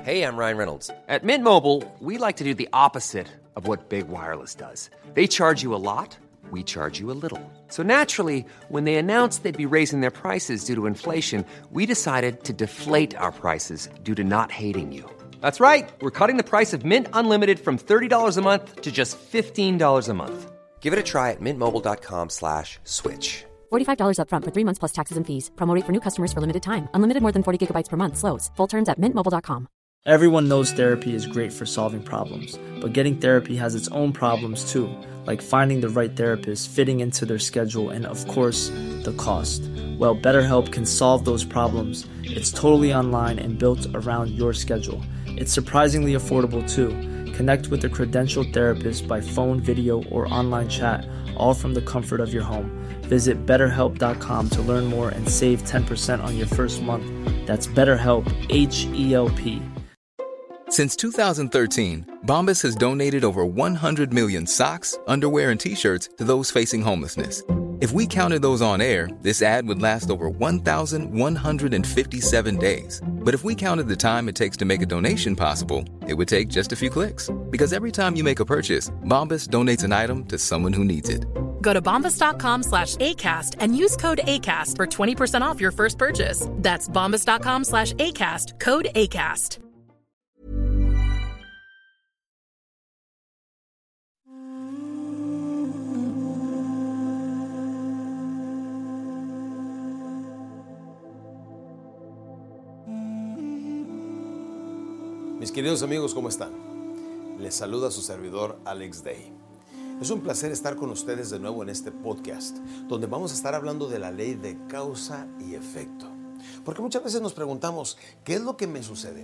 Hey, I'm Ryan Reynolds. At Mint Mobile, we like to do the opposite of what Big Wireless does. They charge you a lot, we charge you a little. So naturally, when they announced they'd be raising their prices due to inflation, we decided to deflate our prices due to not hating you. That's right. We're cutting the price of Mint Unlimited from $30 a month to just $15 a month. Give it a try at mintmobile.com/switch. $45 up front for 3 months plus taxes and fees. Promo rate for new customers for limited time. Unlimited more than 40 gigabytes per month slows. Full terms at mintmobile.com. Everyone knows therapy is great for solving problems, but getting therapy has its own problems too, like finding the right therapist, fitting into their schedule, and of course, the cost. Well, BetterHelp can solve those problems. It's totally online and built around your schedule. It's surprisingly affordable too. Connect with a credentialed therapist by phone, video, or online chat, all from the comfort of your home. Visit BetterHelp.com to learn more and save 10% on your first month. That's BetterHelp, H-E-L-P. Since 2013, Bombas has donated over 100 million socks, underwear, and T-shirts to those facing homelessness. If we counted those on air, this ad would last over 1,157 days. But if we counted the time it takes to make a donation possible, it would take just a few clicks. Because every time you make a purchase, Bombas donates an item to someone who needs it. Go to bombas.com/ACAST and use code ACAST for 20% off your first purchase. That's bombas.com/ACAST, code ACAST. Mis queridos amigos, ¿cómo están? Les saluda su servidor Alex Day. Es un placer estar con ustedes de nuevo en este podcast, donde vamos a estar hablando de la ley de causa y efecto. Porque muchas veces nos preguntamos, ¿qué es lo que me sucede?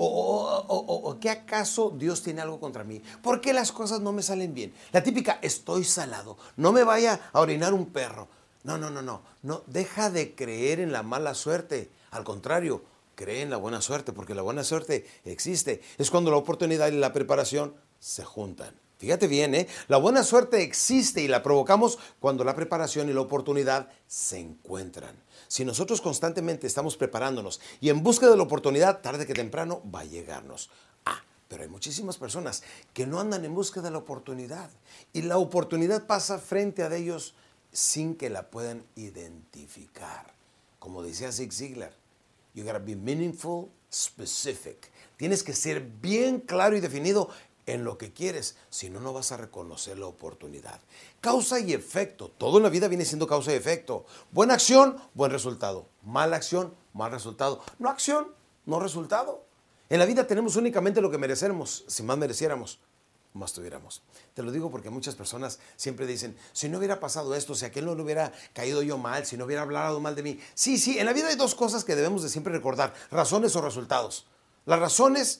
¿O ¿qué acaso Dios tiene algo contra mí? ¿Por qué las cosas no me salen bien? La típica, estoy salado, no me vaya a orinar un perro. No, deja de creer en la mala suerte. Al contrario, cree en la buena suerte, porque la buena suerte existe. Es cuando la oportunidad y la preparación se juntan. Fíjate bien, la buena suerte existe y la provocamos cuando la preparación y la oportunidad se encuentran. Si nosotros constantemente estamos preparándonos y en busca de la oportunidad, tarde que temprano va a llegarnos. Pero hay muchísimas personas que no andan en busca de la oportunidad y la oportunidad pasa frente a ellos sin que la puedan identificar. Como decía Zig Ziglar, you gotta be meaningful, specific. Tienes que ser bien claro y definido en lo que quieres, si no, no vas a reconocer la oportunidad. Causa y efecto. Todo en la vida viene siendo causa y efecto. Buena acción, buen resultado. Mala acción, mal resultado. No acción, no resultado. En la vida tenemos únicamente lo que merecemos. Si más mereciéramos, más tuviéramos. Te lo digo porque muchas personas siempre dicen, si no hubiera pasado esto, si aquel no le hubiera caído yo mal, si no hubiera hablado mal de mí. Sí, en la vida hay dos cosas que debemos de siempre recordar, razones o resultados. Las razones,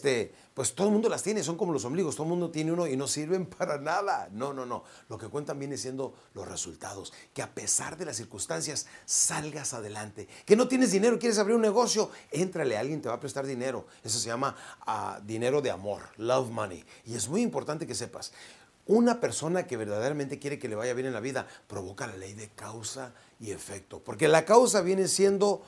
pues todo el mundo las tiene, son como los ombligos, todo el mundo tiene uno y no sirven para nada. No. Lo que cuentan viene siendo los resultados, que a pesar de las circunstancias salgas adelante. Que no tienes dinero, quieres abrir un negocio, éntrale, alguien te va a prestar dinero. Eso se llama dinero de amor, love money. Y es muy importante que sepas, una persona que verdaderamente quiere que le vaya bien en la vida, provoca la ley de causa y efecto. Porque la causa viene siendo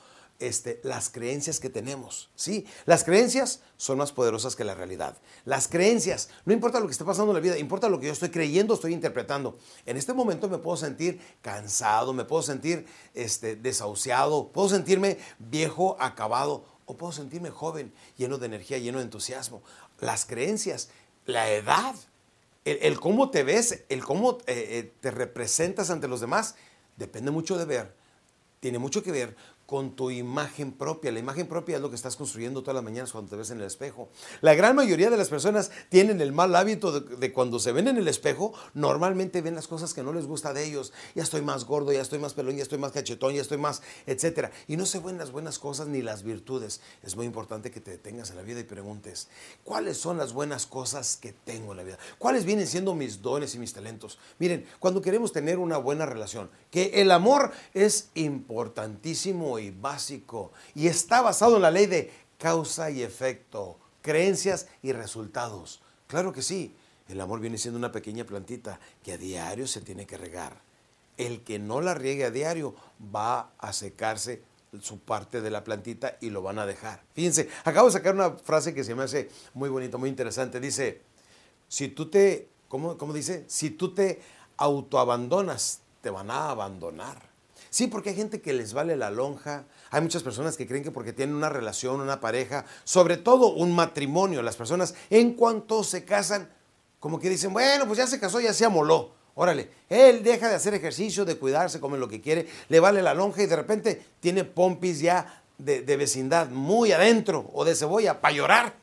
las creencias que tenemos, ¿sí? Las creencias son más poderosas que la realidad. Las creencias, no importa lo que esté pasando en la vida, importa lo que yo estoy creyendo, estoy interpretando. En este momento me puedo sentir cansado, me puedo sentir desahuciado, puedo sentirme viejo, acabado, o puedo sentirme joven, lleno de energía, lleno de entusiasmo. Las creencias, la edad, el cómo te ves, el cómo te representas ante los demás, depende mucho de ver, tiene mucho que ver con tu imagen propia. La imagen propia es lo que estás construyendo todas las mañanas cuando te ves en el espejo. La gran mayoría de las personas tienen el mal hábito de cuando se ven en el espejo, normalmente ven las cosas que no les gusta de ellos. Ya estoy más gordo, ya estoy más pelón, ya estoy más cachetón, ya estoy más, etcétera. Y no se ven las buenas cosas ni las virtudes. Es muy importante que te detengas en la vida y preguntes, ¿cuáles son las buenas cosas que tengo en la vida? ¿Cuáles vienen siendo mis dones y mis talentos? Miren, cuando queremos tener una buena relación, que el amor es importantísimo y básico y está basado en la ley de causa y efecto, creencias y resultados. Claro que sí, el amor viene siendo una pequeña plantita que a diario se tiene que regar. El que no la riegue a diario va a secarse su parte de la plantita y lo van a dejar. Fíjense, acabo de sacar una frase que se me hace muy bonita, muy interesante. Dice, si tú te, ¿cómo dice? Si tú te autoabandonas, te van a abandonar. Sí, porque hay gente que les vale la lonja. Hay muchas personas que creen que porque tienen una relación, una pareja, sobre todo un matrimonio, las personas en cuanto se casan, como que dicen, bueno, pues ya se casó, ya se amoló. Órale, él deja de hacer ejercicio, de cuidarse, come lo que quiere, le vale la lonja y de repente tiene pompis ya de vecindad muy adentro o de cebolla para llorar.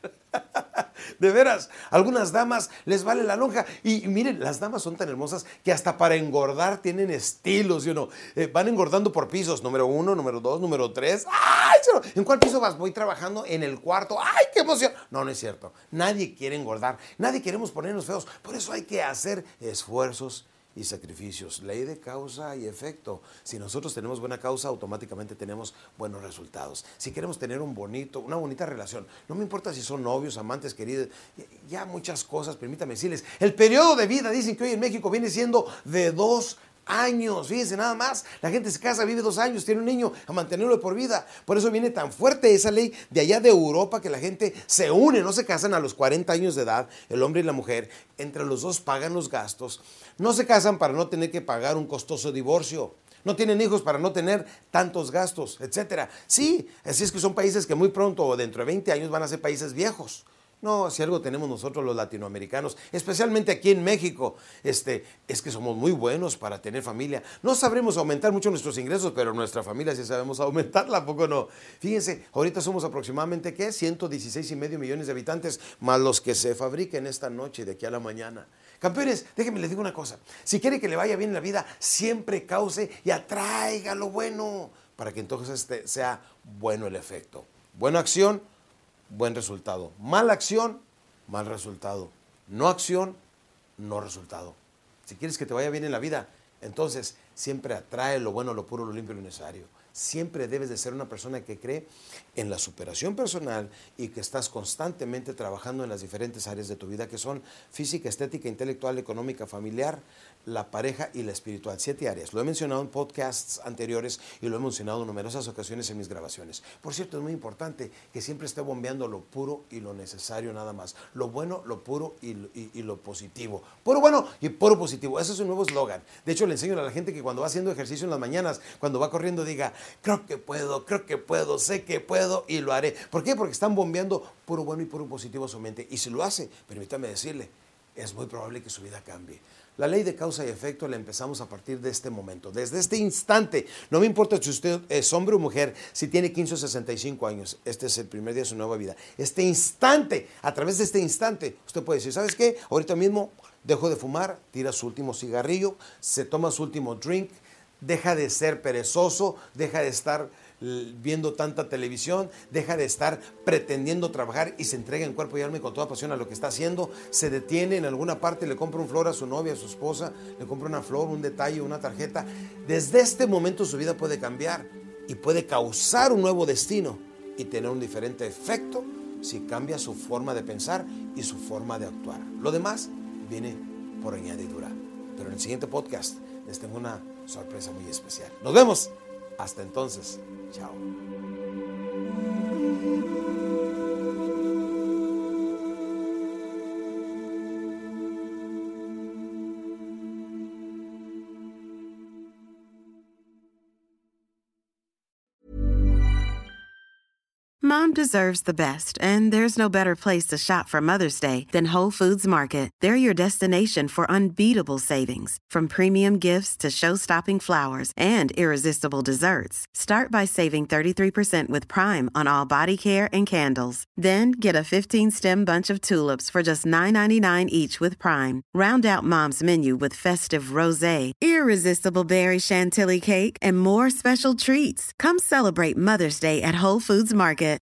De veras, algunas damas les vale la lonja y miren, las damas son tan hermosas que hasta para engordar tienen estilos, van engordando por pisos, número 1, número 2, número 3. ¡Ay! ¿En cuál piso vas? Voy trabajando en el cuarto. ¡Ay, qué emoción! No, no es cierto. Nadie quiere engordar, nadie queremos ponernos feos, por eso hay que hacer esfuerzos y sacrificios. Ley de causa y efecto. Si nosotros tenemos buena causa, automáticamente tenemos buenos resultados. Si queremos tener una bonita relación, no me importa si son novios, amantes, queridos, ya muchas cosas, permítame decirles, el periodo de vida, dicen que hoy en México viene siendo de 2 años, fíjense nada más, la gente se casa, vive 2 años, tiene un niño, a mantenerlo de por vida. Por eso viene tan fuerte esa ley de allá de Europa, que la gente se une, no se casan a los 40 años de edad, el hombre y la mujer, entre los dos pagan los gastos, no se casan para no tener que pagar un costoso divorcio, no tienen hijos para no tener tantos gastos, etcétera. Sí, así es que son países que muy pronto o dentro de 20 años van a ser países viejos. No, si algo tenemos nosotros los latinoamericanos, especialmente aquí en México, es que somos muy buenos para tener familia. No sabremos aumentar mucho nuestros ingresos, pero nuestra familia sí sabemos aumentarla, ¿a poco no? Fíjense, ahorita somos aproximadamente, ¿qué? 116.5 millones de habitantes, más los que se fabriquen esta noche de aquí a la mañana. Campeones, déjenme les digo una cosa, si quiere que le vaya bien en la vida, siempre cause y atraiga lo bueno, para que entonces sea bueno el efecto. Buena acción, buen resultado. Mala acción, mal resultado. No acción, no resultado. Si quieres que te vaya bien en la vida, entonces siempre atrae lo bueno, lo puro, lo limpio y lo necesario. Siempre debes de ser una persona que cree en la superación personal y que estás constantemente trabajando en las diferentes áreas de tu vida, que son física, estética, intelectual, económica, familiar, la pareja y la espiritual. 7 áreas. Lo he mencionado en podcasts anteriores y lo he mencionado en numerosas ocasiones en mis grabaciones. Por cierto, es muy importante que siempre esté bombeando lo puro y lo necesario nada más. Lo bueno, lo puro y lo positivo. Puro bueno y puro positivo. Ese es un nuevo eslogan. De hecho, le enseño a la gente que cuando va haciendo ejercicio en las mañanas, cuando va corriendo, diga, creo que puedo, sé que puedo y lo haré. ¿Por qué? Porque están bombeando puro bueno y puro positivo a su mente. Y si lo hace, permítame decirle, es muy probable que su vida cambie. La ley de causa y efecto la empezamos a partir de este momento, desde este instante. No me importa si usted es hombre o mujer, si tiene 15 o 65 años, este es el primer día de su nueva vida. Este instante, a través de este instante, usted puede decir, ¿sabes qué? Ahorita mismo dejo de fumar, tira su último cigarrillo, se toma su último drink, deja de ser perezoso, deja de estar viendo tanta televisión, deja de estar pretendiendo trabajar y se entrega en cuerpo y alma y con toda pasión a lo que está haciendo, se detiene en alguna parte, le compra un flor a su novia, a su esposa, le compra una flor, un detalle, una tarjeta. Desde este momento su vida puede cambiar y puede causar un nuevo destino y tener un diferente efecto si cambia su forma de pensar y su forma de actuar. Lo demás viene por añadidura. Pero en el siguiente podcast les tengo una sorpresa muy especial. Nos vemos. Hasta entonces. Chao. Mom deserves the best, and there's no better place to shop for Mother's Day than Whole Foods Market. They're your destination for unbeatable savings, from premium gifts to show-stopping flowers and irresistible desserts. Start by saving 33% with Prime on all body care and candles. Then get a 15-stem bunch of tulips for just $9.99 each with Prime. Round out Mom's menu with festive rosé, irresistible berry chantilly cake, and more special treats. Come celebrate Mother's Day at Whole Foods Market.